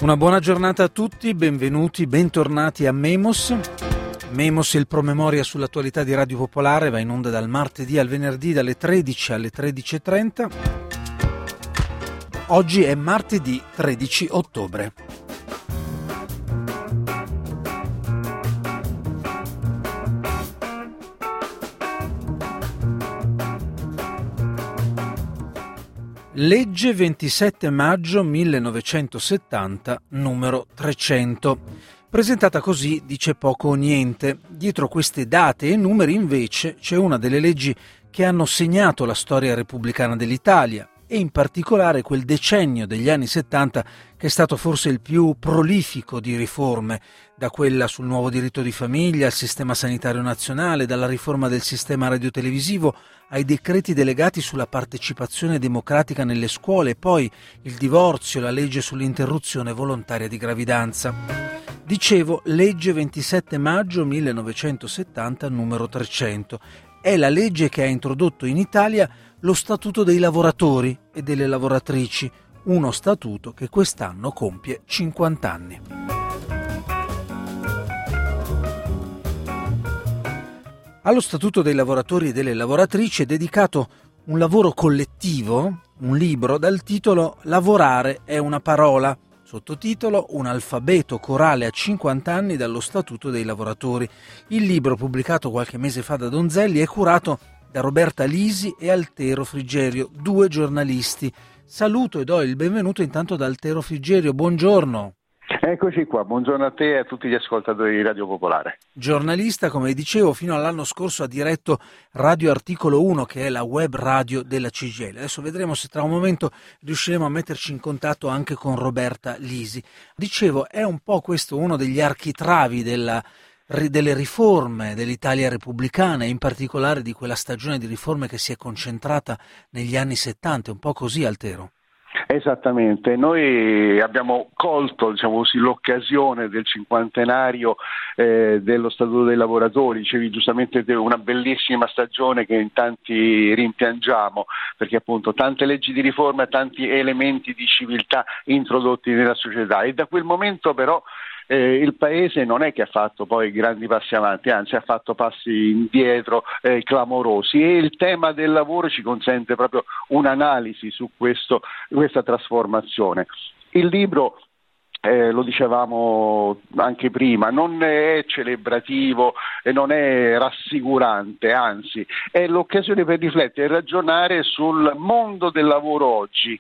Una buona giornata a tutti, benvenuti, bentornati a Memos. Memos, il promemoria sull'attualità di Radio Popolare, va in onda dal martedì al venerdì dalle 13 alle 13.30. Oggi è martedì 13 ottobre. Legge 27 maggio 1970, numero 300. Presentata così dice poco o niente. Dietro queste date e numeri invece c'è una delle leggi che hanno segnato la storia repubblicana dell'Italia e in particolare quel decennio degli anni 70 che è stato forse il più prolifico di riforme, da quella sul nuovo diritto di famiglia, al sistema sanitario nazionale, dalla riforma del sistema radiotelevisivo ai decreti delegati sulla partecipazione democratica nelle scuole e poi il divorzio, la legge sull'interruzione volontaria di gravidanza. Dicevo, legge 27 maggio 1970, numero 300. È la legge che ha introdotto in Italia lo Statuto dei lavoratori e delle lavoratrici, uno statuto che quest'anno compie 50 anni. Allo Statuto dei lavoratori e delle lavoratrici è dedicato un lavoro collettivo, un libro dal titolo Lavorare è una parola, sottotitolo Un alfabeto corale a 50 anni dallo Statuto dei lavoratori. Il libro, pubblicato qualche mese fa da Donzelli, è curato da Roberta Lisi e Altero Frigerio, due giornalisti. Saluto e do il benvenuto intanto ad Altero Frigerio. Buongiorno. Eccoci qua, buongiorno a te e a tutti gli ascoltatori di Radio Popolare. Giornalista, come dicevo, fino all'anno scorso ha diretto Radio Articolo 1, che è la web radio della CGIL. Adesso vedremo se tra un momento riusciremo a metterci in contatto anche con Roberta Lisi. Dicevo, è un po' questo uno degli architravi delle riforme dell'Italia repubblicana e in particolare di quella stagione di riforme che si è concentrata negli anni 70, un po' così, Altero? Esattamente, noi abbiamo colto, diciamo così, l'occasione del cinquantenario dello Statuto dei lavoratori, dicevi giustamente una bellissima stagione che in tanti rimpiangiamo, perché appunto tante leggi di riforma, tanti elementi di civiltà introdotti nella società e da quel momento però il Paese non è che ha fatto poi grandi passi avanti, anzi ha fatto passi indietro clamorosi e il tema del lavoro ci consente proprio un'analisi su questa trasformazione. Il libro, lo dicevamo anche prima, non è celebrativo e non è rassicurante, anzi è l'occasione per riflettere e ragionare sul mondo del lavoro oggi.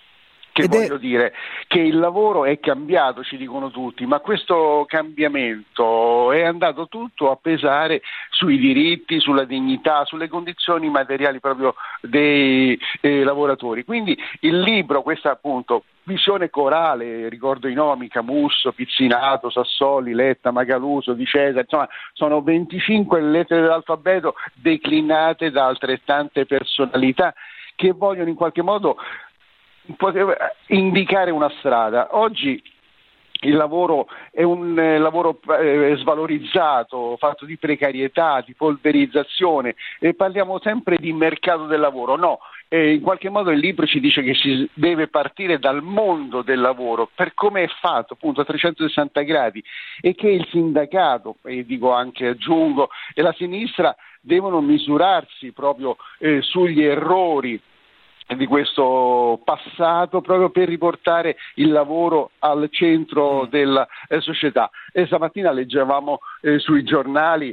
Che voglio dire che il lavoro è cambiato, ci dicono tutti, ma questo cambiamento è andato tutto a pesare sui diritti, sulla dignità, sulle condizioni materiali proprio dei lavoratori. Quindi il libro, questa appunto visione corale, ricordo i nomi, Camusso, Pizzinato, Sassoli, Letta, Macaluso, Di Cesare, insomma sono 25 lettere dell'alfabeto declinate da altrettante personalità che vogliono in qualche modo indicare una strada. Oggi il lavoro è un lavoro svalorizzato, fatto di precarietà, di polverizzazione e parliamo sempre di mercato del lavoro. No, in qualche modo il libro ci dice che si deve partire dal mondo del lavoro per come è fatto appunto a 360 gradi e che il sindacato, e dico anche aggiungo, e la sinistra devono misurarsi proprio sugli errori di questo passato proprio per riportare il lavoro al centro della società. E stamattina leggevamo sui giornali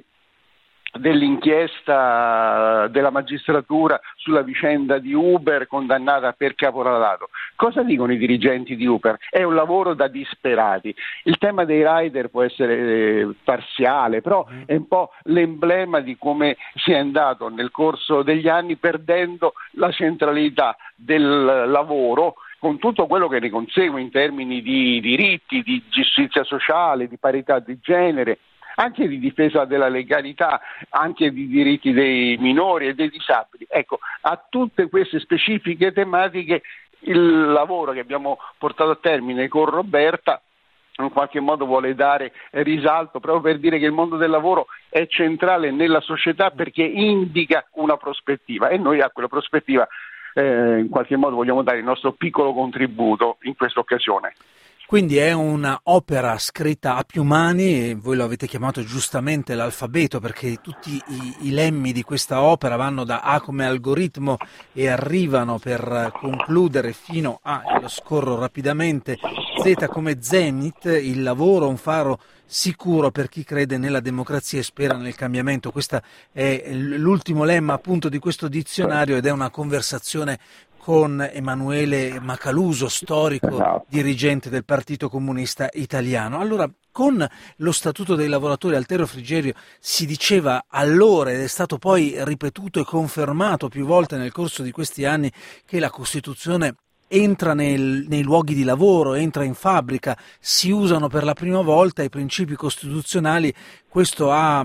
dell'inchiesta della magistratura sulla vicenda di Uber condannata per caporalato. Cosa dicono i dirigenti di Uber? È un lavoro da disperati. Il tema dei rider può essere parziale, però è un po' l'emblema di come si è andato nel corso degli anni perdendo la centralità del lavoro con tutto quello che ne consegue in termini di diritti, di giustizia sociale, di parità di genere, anche di difesa della legalità, anche di diritti dei minori e dei disabili. Ecco, a tutte queste specifiche tematiche il lavoro che abbiamo portato a termine con Roberta in qualche modo vuole dare risalto proprio per dire che il mondo del lavoro è centrale nella società perché indica una prospettiva e noi a quella prospettiva in qualche modo vogliamo dare il nostro piccolo contributo in questa occasione. Quindi è una opera scritta a più mani, e voi lo avete chiamato giustamente l'alfabeto, perché tutti i lemmi di questa opera vanno da A come algoritmo e arrivano per concludere fino a, e lo scorro rapidamente, Z come zenith, il lavoro, un faro sicuro per chi crede nella democrazia e spera nel cambiamento. Questo è l'ultimo lemma appunto di questo dizionario ed è una conversazione con Emanuele Macaluso, storico dirigente del Partito Comunista Italiano. Allora, con lo Statuto dei lavoratori Altero Frigerio si diceva allora, ed è stato poi ripetuto e confermato più volte nel corso di questi anni, che la Costituzione entra nei luoghi di lavoro, entra in fabbrica, si usano per la prima volta i principi costituzionali. Questo a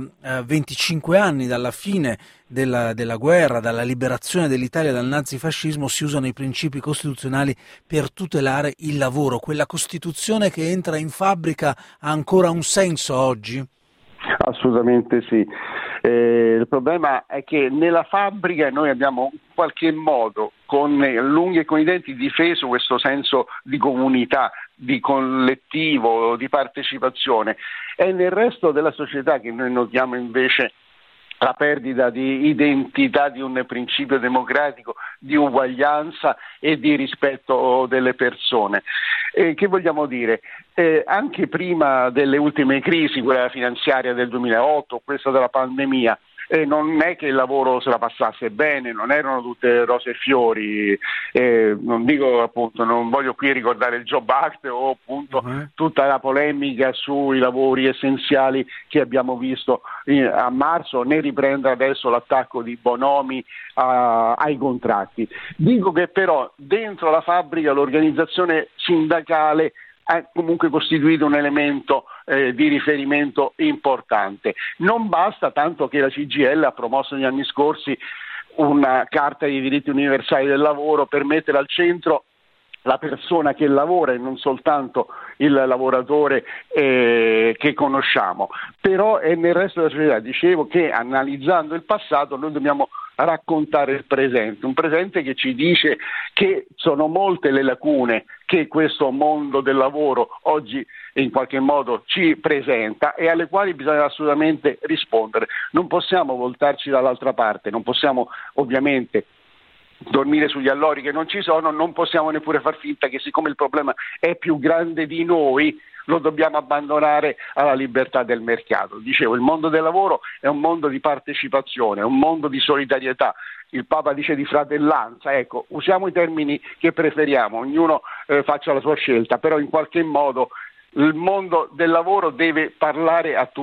25 anni dalla fine della guerra, dalla liberazione dell'Italia dal nazifascismo, si usano i principi costituzionali per tutelare il lavoro. Quella Costituzione che entra in fabbrica ha ancora un senso oggi? Assolutamente sì. Il problema è che nella fabbrica noi abbiamo in qualche modo, con l'unghie e con i denti, difeso questo senso di comunità, di collettivo, di partecipazione. È nel resto della società che noi notiamo invece la perdita di identità di un principio democratico, di uguaglianza e di rispetto delle persone. Che vogliamo dire? Anche prima delle ultime crisi, quella finanziaria del 2008, questa della pandemia, non è che il lavoro se la passasse bene, non erano tutte rose e fiori, non dico appunto, non voglio qui ricordare il Job Act o appunto tutta la polemica sui lavori essenziali che abbiamo visto a marzo, né riprendere adesso l'attacco di Bonomi ai contratti. Dico che però dentro la fabbrica l'organizzazione sindacale ha comunque costituito un elemento di riferimento importante. Non basta, tanto che la CGIL ha promosso negli anni scorsi una Carta dei diritti universali del lavoro per mettere al centro la persona che lavora e non soltanto il lavoratore che conosciamo. Però è nel resto della società, dicevo, che analizzando il passato noi dobbiamo raccontare il presente, un presente che ci dice che sono molte le lacune che questo mondo del lavoro oggi in qualche modo ci presenta e alle quali bisogna assolutamente rispondere. Non possiamo voltarci dall'altra parte, non possiamo ovviamente dormire sugli allori che non ci sono, non possiamo neppure far finta che siccome il problema è più grande di noi lo dobbiamo abbandonare alla libertà del mercato. Dicevo, il mondo del lavoro è un mondo di partecipazione, è un mondo di solidarietà. Il Papa dice di fratellanza, ecco, usiamo i termini che preferiamo, ognuno faccia la sua scelta, però in qualche modo il mondo del lavoro deve parlare a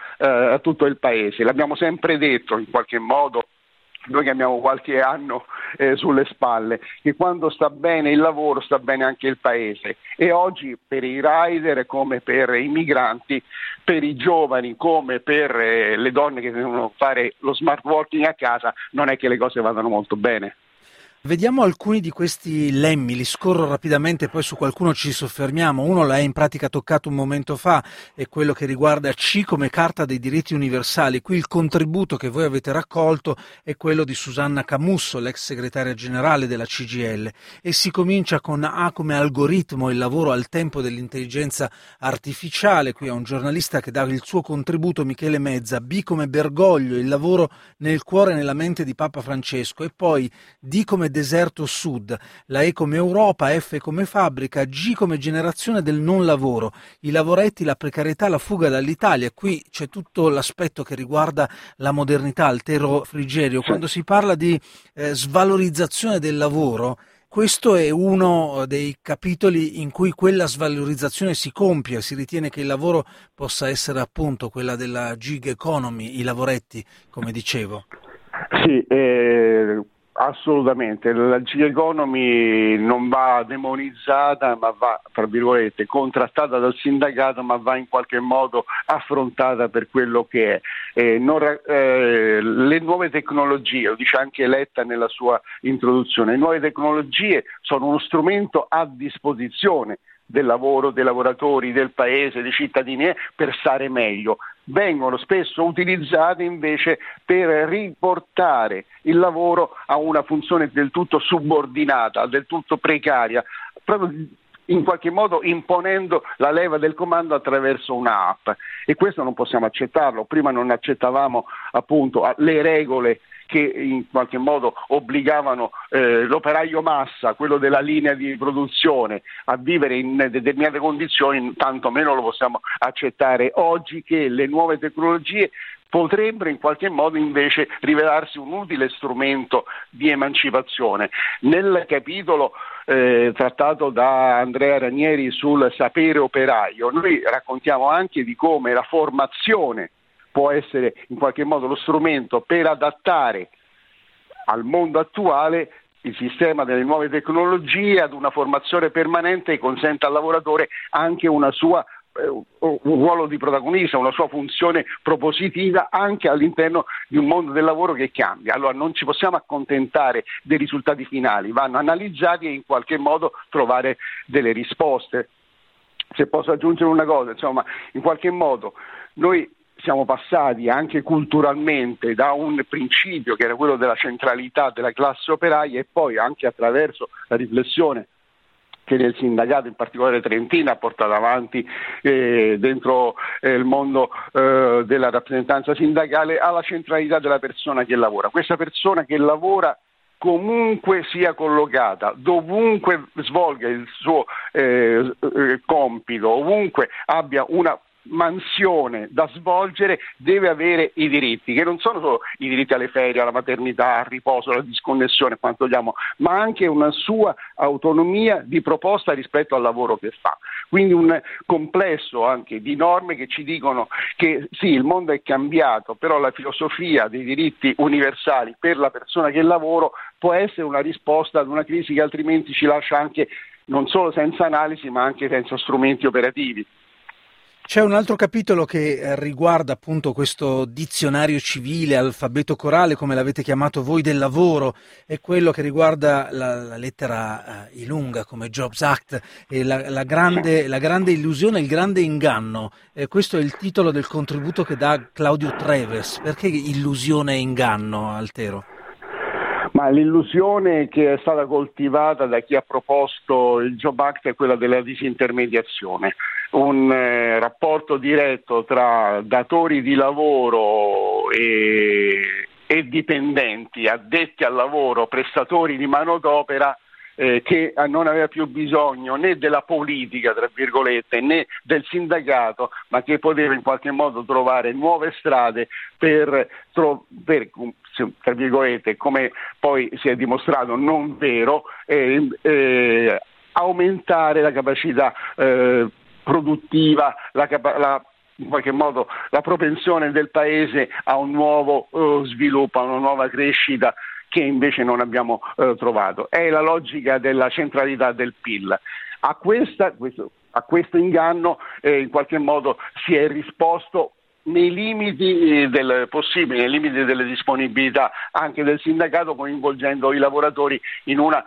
tutto il paese. L'abbiamo sempre detto in qualche modo, noi che abbiamo qualche anno sulle spalle, che quando sta bene il lavoro sta bene anche il paese, e oggi per i rider come per i migranti, per i giovani come per le donne che devono fare lo smart working a casa, non è che le cose vadano molto bene. Vediamo alcuni di questi lemmi, li scorro rapidamente, poi su qualcuno ci soffermiamo. Uno l'hai in pratica toccato un momento fa, è quello che riguarda C come Carta dei diritti universali. Qui il contributo che voi avete raccolto è quello di Susanna Camusso, l'ex segretaria generale della CGIL, e si comincia con A come algoritmo, il lavoro al tempo dell'intelligenza artificiale. Qui è un giornalista che dà il suo contributo, Michele Mezza. B come Bergoglio, il lavoro nel cuore e nella mente di Papa Francesco, e poi D come Deserto Sud, la E come Europa, F come fabbrica, G come generazione del non lavoro, i lavoretti, la precarietà, la fuga dall'Italia. Qui c'è tutto l'aspetto che riguarda la modernità. Altero Frigerio, quando si parla di svalorizzazione del lavoro, questo è uno dei capitoli in cui quella svalorizzazione si compie. Si ritiene che il lavoro possa essere appunto quella della gig economy, i lavoretti, come dicevo. Sì, assolutamente, la gig economy non va demonizzata, ma va, tra virgolette, contrattata dal sindacato, ma va in qualche modo affrontata per quello che è. Le nuove tecnologie, lo dice anche Letta nella sua introduzione, le nuove tecnologie sono uno strumento a disposizione del lavoro, dei lavoratori, del paese, dei cittadini, per stare meglio. Vengono spesso utilizzate invece per riportare il lavoro a una funzione del tutto subordinata, del tutto precaria, proprio in qualche modo imponendo la leva del comando attraverso un'app, e questo non possiamo accettarlo. Prima non accettavamo appunto le regole che in qualche modo obbligavano l'operaio massa, quello della linea di produzione, a vivere in determinate condizioni, tanto meno lo possiamo accettare oggi, che le nuove tecnologie potrebbero in qualche modo invece rivelarsi un utile strumento di emancipazione. Nel capitolo trattato da Andrea Ranieri sul sapere operaio, noi raccontiamo anche di come la formazione può essere in qualche modo lo strumento per adattare al mondo attuale il sistema delle nuove tecnologie ad una formazione permanente che consenta al lavoratore anche una sua un ruolo di protagonista, una sua funzione propositiva anche all'interno di un mondo del lavoro che cambia. Allora non ci possiamo accontentare dei risultati finali, vanno analizzati e in qualche modo trovare delle risposte. Se posso aggiungere una cosa, insomma, in qualche modo noi siamo passati anche culturalmente da un principio che era quello della centralità della classe operaia, e poi anche attraverso la riflessione che nel sindacato, in particolare Trentina, ha portato avanti dentro il mondo della rappresentanza sindacale, alla centralità della persona che lavora. Questa persona che lavora comunque sia collocata, dovunque svolga il suo compito, ovunque abbia una mansione da svolgere, deve avere i diritti, che non sono solo i diritti alle ferie, alla maternità, al riposo, alla disconnessione, quanto vogliamo, ma anche una sua autonomia di proposta rispetto al lavoro che fa. Quindi un complesso anche di norme che ci dicono che sì, il mondo è cambiato, però la filosofia dei diritti universali per la persona che lavora può essere una risposta ad una crisi che altrimenti ci lascia anche non solo senza analisi, ma anche senza strumenti operativi. C'è un altro capitolo che riguarda appunto questo dizionario civile, alfabeto corale, come l'avete chiamato voi, del lavoro, è quello che riguarda la lettera I lunga come Jobs Act, e la grande illusione, il grande inganno. Questo è il titolo del contributo che dà Claudio Treves. Perché illusione e inganno, Altero? Ma l'illusione che è stata coltivata da chi ha proposto il Job Act è quella della disintermediazione, un rapporto diretto tra datori di lavoro e dipendenti, addetti al lavoro, prestatori di manodopera, che non aveva più bisogno né della politica, tra virgolette, né del sindacato, ma che poteva in qualche modo trovare nuove strade per tra virgolette, come poi si è dimostrato non vero, aumentare la capacità produttiva, in qualche modo la propensione del paese a un nuovo sviluppo, a una nuova crescita che invece non abbiamo trovato. È la logica della centralità del PIL. A questo inganno in qualche modo si è risposto nei limiti del possibile, nei limiti delle disponibilità anche del sindacato, coinvolgendo i lavoratori in una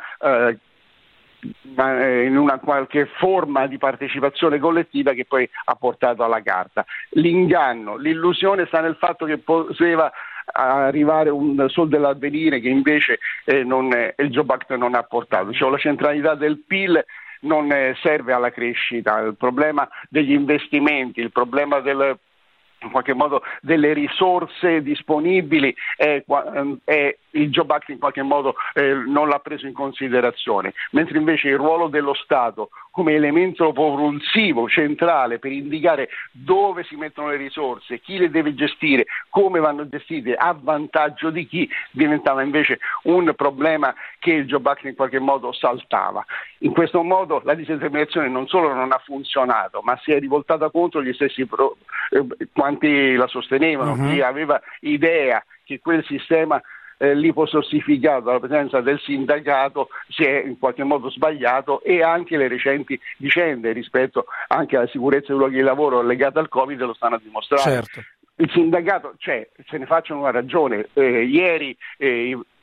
qualche forma di partecipazione collettiva che poi ha portato alla carta. L'inganno, l'illusione sta nel fatto che poteva arrivare un sol dell'avvenire che invece il Job Act non ha portato. Cioè, la centralità del PIL non serve alla crescita, il problema degli investimenti, il problema in qualche modo delle risorse disponibili il Job Act in qualche modo non l'ha preso in considerazione, mentre invece il ruolo dello Stato come elemento propulsivo centrale per indicare dove si mettono le risorse, chi le deve gestire, come vanno gestite, a vantaggio di chi, diventava invece un problema che il Job Act in qualche modo saltava. In questo modo la disintermediazione non solo non ha funzionato, ma si è rivoltata contro gli stessi quanti la sostenevano, chi aveva idea che quel sistema liposossificato dalla presenza del sindacato si è in qualche modo sbagliato, e anche le recenti vicende rispetto anche alla sicurezza dei luoghi di lavoro legate al Covid lo stanno a dimostrare. Certo. Il sindacato c'è, se ne facciano una ragione. Ieri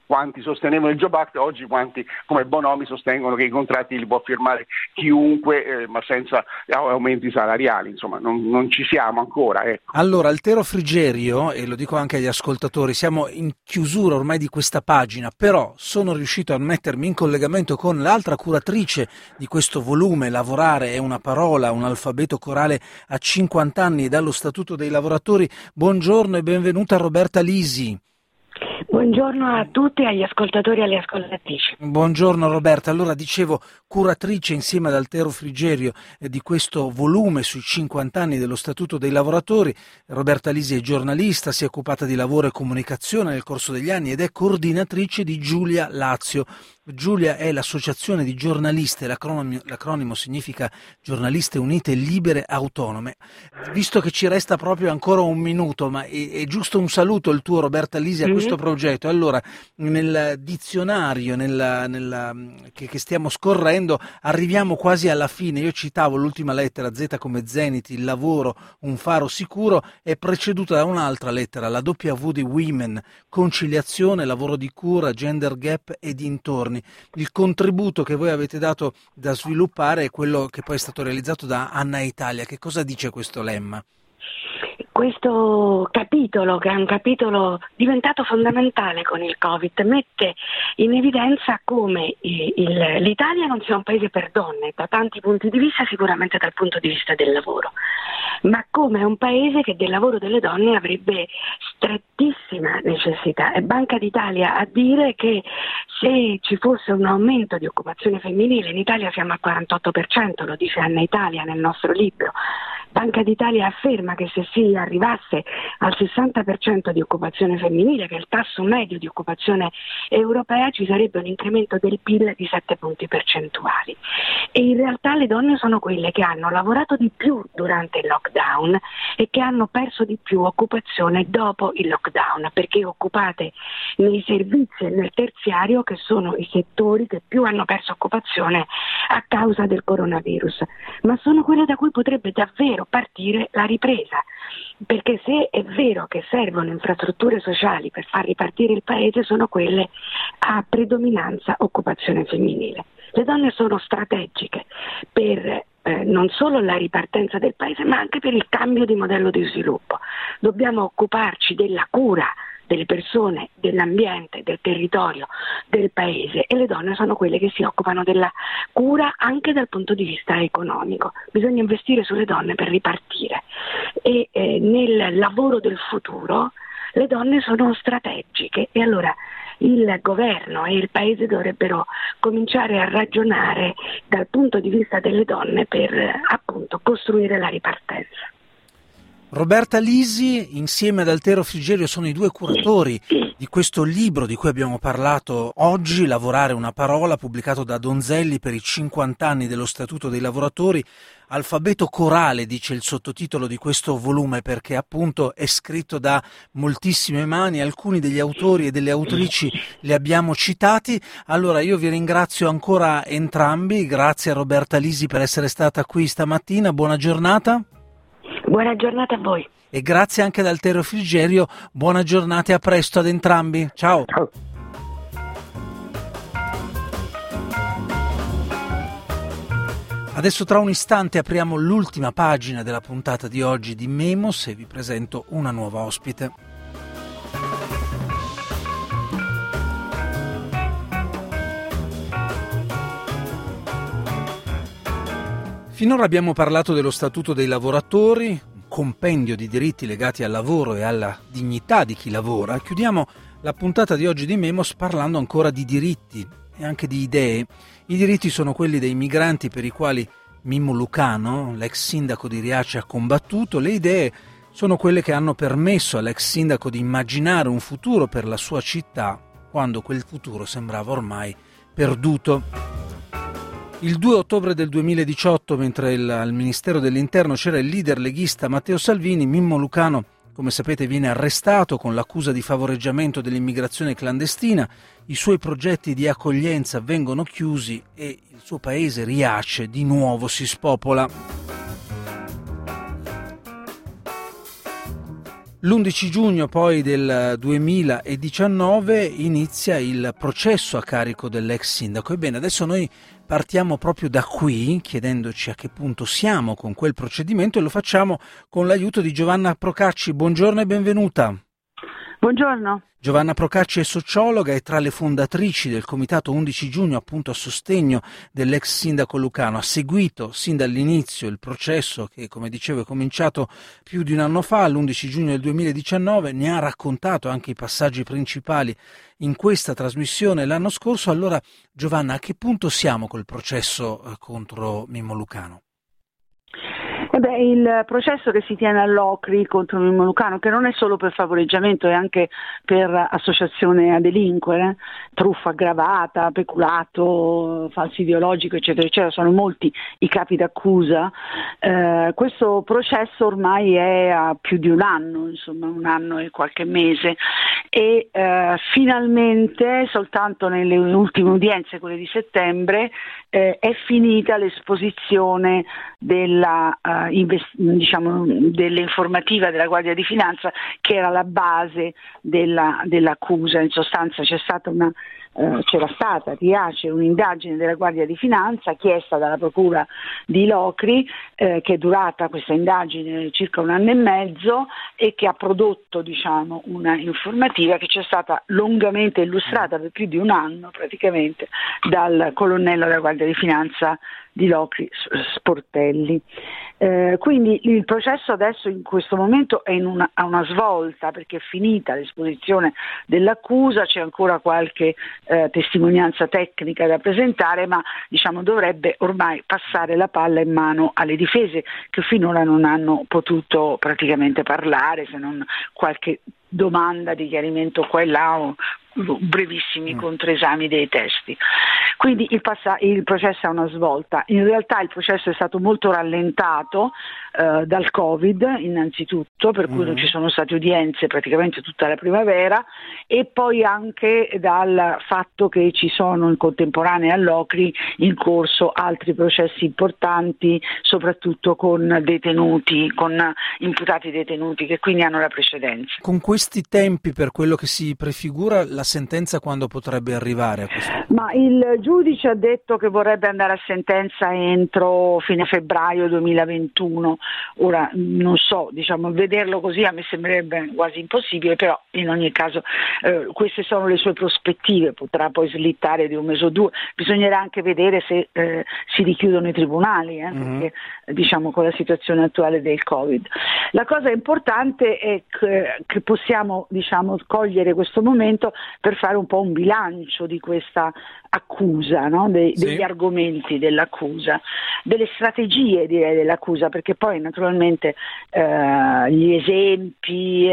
quanti sostenevano il Job Act, oggi quanti come Bonomi sostengono che i contratti li può firmare chiunque, ma senza aumenti salariali. Insomma, non ci siamo ancora. Ecco. Allora, Altero Frigerio, e lo dico anche agli ascoltatori, siamo in chiusura ormai di questa pagina, però sono riuscito a mettermi in collegamento con l'altra curatrice di questo volume, Lavorare è una parola, un alfabeto corale a 50 anni dallo Statuto dei lavoratori. Buongiorno e benvenuta Roberta Lisi. Buongiorno a tutti, agli ascoltatori e alle ascoltatrici. Buongiorno Roberta, allora dicevo curatrice insieme ad Altero Frigerio di questo volume sui 50 anni dello Statuto dei lavoratori. Roberta Lisi è giornalista, si è occupata di lavoro e comunicazione nel corso degli anni ed è coordinatrice di Giulia Lazio. Giulia è l'associazione di giornaliste, l'acronimo significa Giornaliste Unite Libere Autonome. Visto che ci resta proprio ancora un minuto, ma è giusto un saluto il tuo Roberta Lisi a questo progetto. Allora, nel dizionario che stiamo scorrendo arriviamo quasi alla fine. Io citavo l'ultima lettera, Z come Zenith, il lavoro, un faro sicuro, è preceduta da un'altra lettera, la W di Women, conciliazione, lavoro di cura, gender gap e dintorni. Il contributo che voi avete dato da sviluppare è quello che poi è stato realizzato da Anna Italia. Che cosa dice questo lemma? Questo capitolo, che è un capitolo diventato fondamentale con il Covid, mette in evidenza come l'Italia non sia un paese per donne, da tanti punti di vista, sicuramente dal punto di vista del lavoro, ma come è un paese che del lavoro delle donne avrebbe strettissima necessità. È Banca d'Italia a dire che se ci fosse un aumento di occupazione femminile, in Italia siamo al 48%, lo dice Anna Italia nel nostro libro. Banca d'Italia afferma che se si arrivasse al 60% di occupazione femminile, che è il tasso medio di occupazione europea, ci sarebbe un incremento del PIL di 7 punti percentuali. E in realtà le donne sono quelle che hanno lavorato di più durante il lockdown e che hanno perso di più occupazione dopo il lockdown, perché occupate nei servizi e nel terziario, che sono i settori che più hanno perso occupazione a causa del coronavirus, ma sono quelle da cui potrebbe davvero partire la ripresa, perché se è vero che servono infrastrutture sociali per far ripartire il paese, sono quelle a predominanza occupazione femminile. Le donne sono strategiche per non solo la ripartenza del paese, ma anche per il cambio di modello di sviluppo. Dobbiamo occuparci della cura delle persone, dell'ambiente, del territorio, del paese, e le donne sono quelle che si occupano della cura anche dal punto di vista economico. Bisogna investire sulle donne per ripartire e nel lavoro del futuro le donne sono strategiche e allora il governo e il paese dovrebbero cominciare a ragionare dal punto di vista delle donne per appunto costruire la ripartenza. Roberta Lisi insieme ad Altero Frigerio sono i due curatori di questo libro di cui abbiamo parlato oggi, Lavorare una parola, pubblicato da Donzelli per i 50 anni dello Statuto dei lavoratori. Alfabeto corale, dice il sottotitolo di questo volume, perché appunto è scritto da moltissime mani, alcuni degli autori e delle autrici li abbiamo citati. Allora io vi ringrazio ancora entrambi, grazie a Roberta Lisi per essere stata qui stamattina, buona giornata. Buona giornata a voi. E grazie anche ad Altero Frigerio, buona giornata e a presto ad entrambi. Ciao. Ciao. Adesso tra un istante apriamo l'ultima pagina della puntata di oggi di Memos e vi presento una nuova ospite. Finora abbiamo parlato dello Statuto dei lavoratori, un compendio di diritti legati al lavoro e alla dignità di chi lavora. Chiudiamo la puntata di oggi di Memos parlando ancora di diritti e anche di idee. I diritti sono quelli dei migranti per i quali Mimmo Lucano, l'ex sindaco di Riace, ha combattuto. Le idee sono quelle che hanno permesso all'ex sindaco di immaginare un futuro per la sua città quando quel futuro sembrava ormai perduto. Il 2 ottobre del 2018, mentre al Ministero dell'Interno c'era il leader leghista Matteo Salvini, Mimmo Lucano, come sapete, viene arrestato con l'accusa di favoreggiamento dell'immigrazione clandestina, i suoi progetti di accoglienza vengono chiusi e il suo paese, Riace, di nuovo si spopola. L'11 giugno poi del 2019 inizia il processo a carico dell'ex sindaco. Ebbene, adesso noi partiamo proprio da qui, chiedendoci a che punto siamo con quel procedimento, e lo facciamo con l'aiuto di Giovanna Procacci. Buongiorno e benvenuta. Buongiorno. Giovanna Procacci è sociologa e tra le fondatrici del comitato 11 giugno, appunto a sostegno dell'ex sindaco lucano. Ha seguito sin dall'inizio il processo che, come dicevo, è cominciato più di un anno fa, l'11 giugno del 2019, ne ha raccontato anche i passaggi principali in questa trasmissione l'anno scorso. Allora, Giovanna, a che punto siamo col processo contro Mimmo Lucano? Il processo che si tiene all'Ocri contro Mimmo Lucano, che non è solo per favoreggiamento, è anche per associazione a delinquere, truffa aggravata, peculato, falso ideologico, eccetera, eccetera, sono molti i capi d'accusa. Questo processo ormai è a più di un anno, insomma un anno e qualche mese, e finalmente, soltanto nelle ultime udienze, quelle di settembre, è finita l'esposizione dell'informativa della Guardia di Finanza, che era la base dell'accusa. In sostanza c'era stata un'indagine della Guardia di Finanza chiesta dalla Procura di Locri, che è durata questa indagine circa un anno e mezzo e che ha prodotto una informativa che ci è stata longamente illustrata per più di un anno praticamente dal colonnello della Guardia di Finanza di Locri, Sportelli. Quindi il processo adesso in questo momento è a una svolta, perché è finita l'esposizione dell'accusa, c'è ancora qualche testimonianza tecnica da presentare, ma dovrebbe ormai passare la palla in mano alle difese, che finora non hanno potuto praticamente parlare, se non qualche domanda di chiarimento qua e là o brevissimi controesami dei testi. Quindi il processo è una svolta. In realtà il processo è stato molto rallentato dal Covid innanzitutto, per cui non ci sono state udienze praticamente tutta la primavera, e poi anche dal fatto che ci sono in contemporanea all'Ocri in corso altri processi importanti, soprattutto con imputati detenuti, che quindi hanno la precedenza. Con questi tempi, per quello che si prefigura, la sentenza quando potrebbe arrivare a questo punto? Ma il giudice ha detto che vorrebbe andare a sentenza entro fine febbraio 2021. Ora non so, vederlo così a me sembrerebbe quasi impossibile, però in ogni caso queste sono le sue prospettive, potrà poi slittare di un mese o due, bisognerà anche vedere se si richiudono i tribunali, perché con la situazione attuale del Covid. La cosa importante è che possiamo cogliere questo momento per fare un po' un bilancio di questa accusa, no? Degli argomenti dell'accusa, delle strategie direi dell'accusa, perché poi naturalmente gli esempi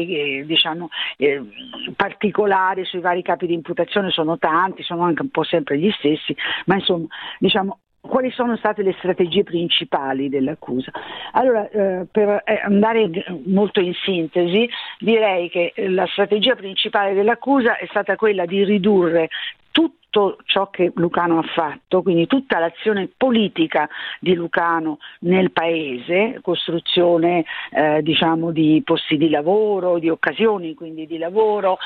particolari sui vari capi di imputazione sono tanti, sono anche un po' sempre gli stessi, ma insomma quali sono state le strategie principali dell'accusa? Allora, per andare molto in sintesi, direi che la strategia principale dell'accusa è stata quella di ridurre tutto ciò che Lucano ha fatto, quindi tutta l'azione politica di Lucano nel paese, costruzione di posti di lavoro, di occasioni quindi di lavoro,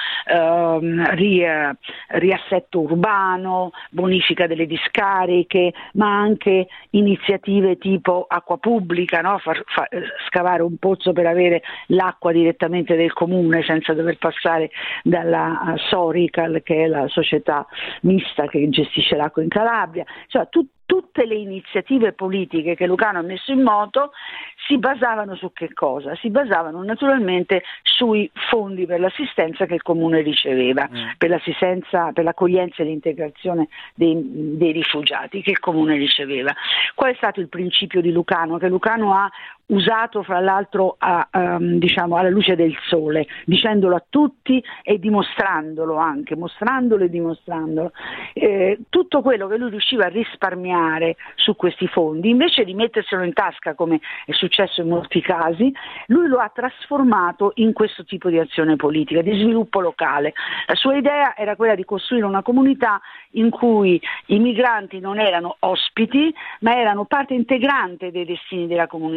riassetto urbano, bonifica delle discariche, ma anche iniziative tipo acqua pubblica, no? Scavare un pozzo per avere l'acqua direttamente del comune senza dover passare dalla Sorical, che è la società mista che gestisce l'acqua in Calabria. Cioè, tutte le iniziative politiche che Lucano ha messo in moto si basavano su che cosa? Si basavano naturalmente sui fondi per l'assistenza che il comune riceveva, per l'accoglienza e l'integrazione dei rifugiati che il comune riceveva. Qual è stato il principio di Lucano? Che Lucano ha usato fra l'altro alla luce del sole, dicendolo a tutti e dimostrandolo anche, mostrandolo e dimostrandolo. Tutto quello che lui riusciva a risparmiare su questi fondi, invece di metterselo in tasca come è successo in molti casi, lui lo ha trasformato in questo tipo di azione politica, di sviluppo locale. La sua idea era quella di costruire una comunità in cui i migranti non erano ospiti, ma erano parte integrante dei destini della comunità, se ne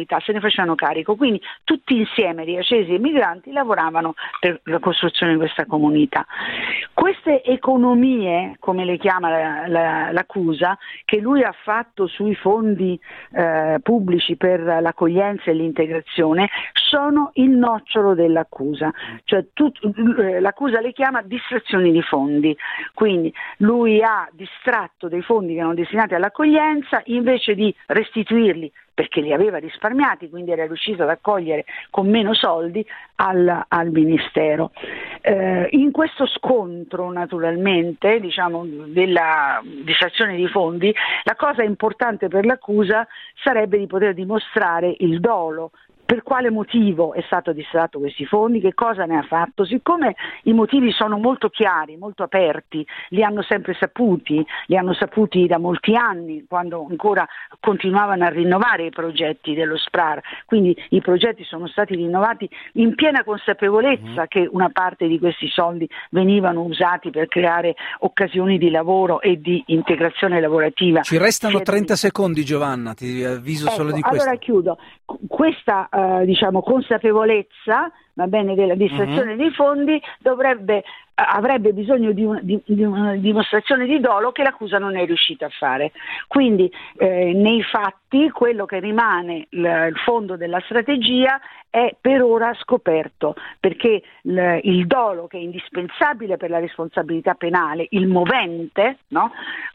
facevano carico. Quindi tutti insieme, riacesi e migranti, lavoravano per la costruzione di questa comunità. Queste economie, come le chiama l'accusa, che lui ha fatto sui fondi pubblici per l'accoglienza e l'integrazione, sono il nocciolo dell'accusa. Cioè l'accusa le chiama distrazioni di fondi. Quindi lui ha distratto dei fondi che erano destinati all'accoglienza invece di restituirli, perché li aveva risparmiati, quindi era riuscito ad accogliere con meno soldi al Ministero. In questo scontro, naturalmente, della distrazione di fondi, la cosa importante per l'accusa sarebbe di poter dimostrare il dolo. Per quale motivo è stato distratto questi fondi, che cosa ne ha fatto? Siccome i motivi sono molto chiari, molto aperti, li hanno saputi da molti anni, quando ancora continuavano a rinnovare i progetti dello SPRAR, quindi i progetti sono stati rinnovati in piena consapevolezza che una parte di questi soldi venivano usati per creare occasioni di lavoro e di integrazione lavorativa. Ci restano 30 secondi, Giovanna, ti avviso solo di questo. Allora chiudo. Questa consapevolezza, va bene, della distrazione dei fondi avrebbe bisogno di una dimostrazione di dolo che l'accusa non è riuscita a fare. Quindi nei fatti quello che rimane, il fondo della strategia, è per ora scoperto, perché il dolo, che è indispensabile per la responsabilità penale, il movente, no?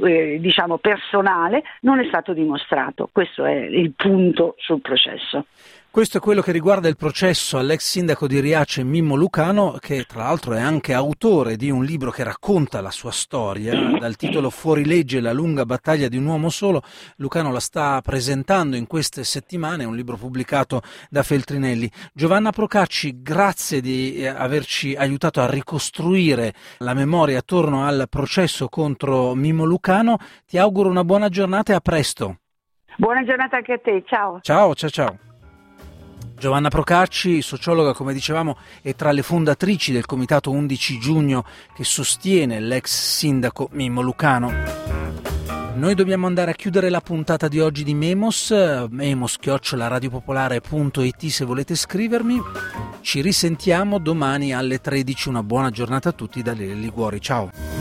Personale, non è stato dimostrato. Questo è il punto sul processo. Questo è quello che riguarda il processo all'ex sindaco di Riace, Mimmo Lucano, che tra l'altro è anche autore di un libro che racconta la sua storia, dal titolo Fuorilegge, la lunga battaglia di un uomo solo. Lucano la sta presentando in queste settimane, è un libro pubblicato da Feltrinelli. Giovanna Procacci, grazie di averci aiutato a ricostruire la memoria attorno al processo contro Mimmo Lucano. Ti auguro una buona giornata e a presto. Buona giornata anche a te, ciao. Ciao. Giovanna Procacci, sociologa, come dicevamo, è tra le fondatrici del comitato 11 giugno che sostiene l'ex sindaco Mimmo Lucano. Noi dobbiamo andare a chiudere la puntata di oggi di Memos, memos@radiopopolare.it se volete scrivermi. Ci risentiamo domani alle 13, una buona giornata a tutti da Lele Liguori, ciao.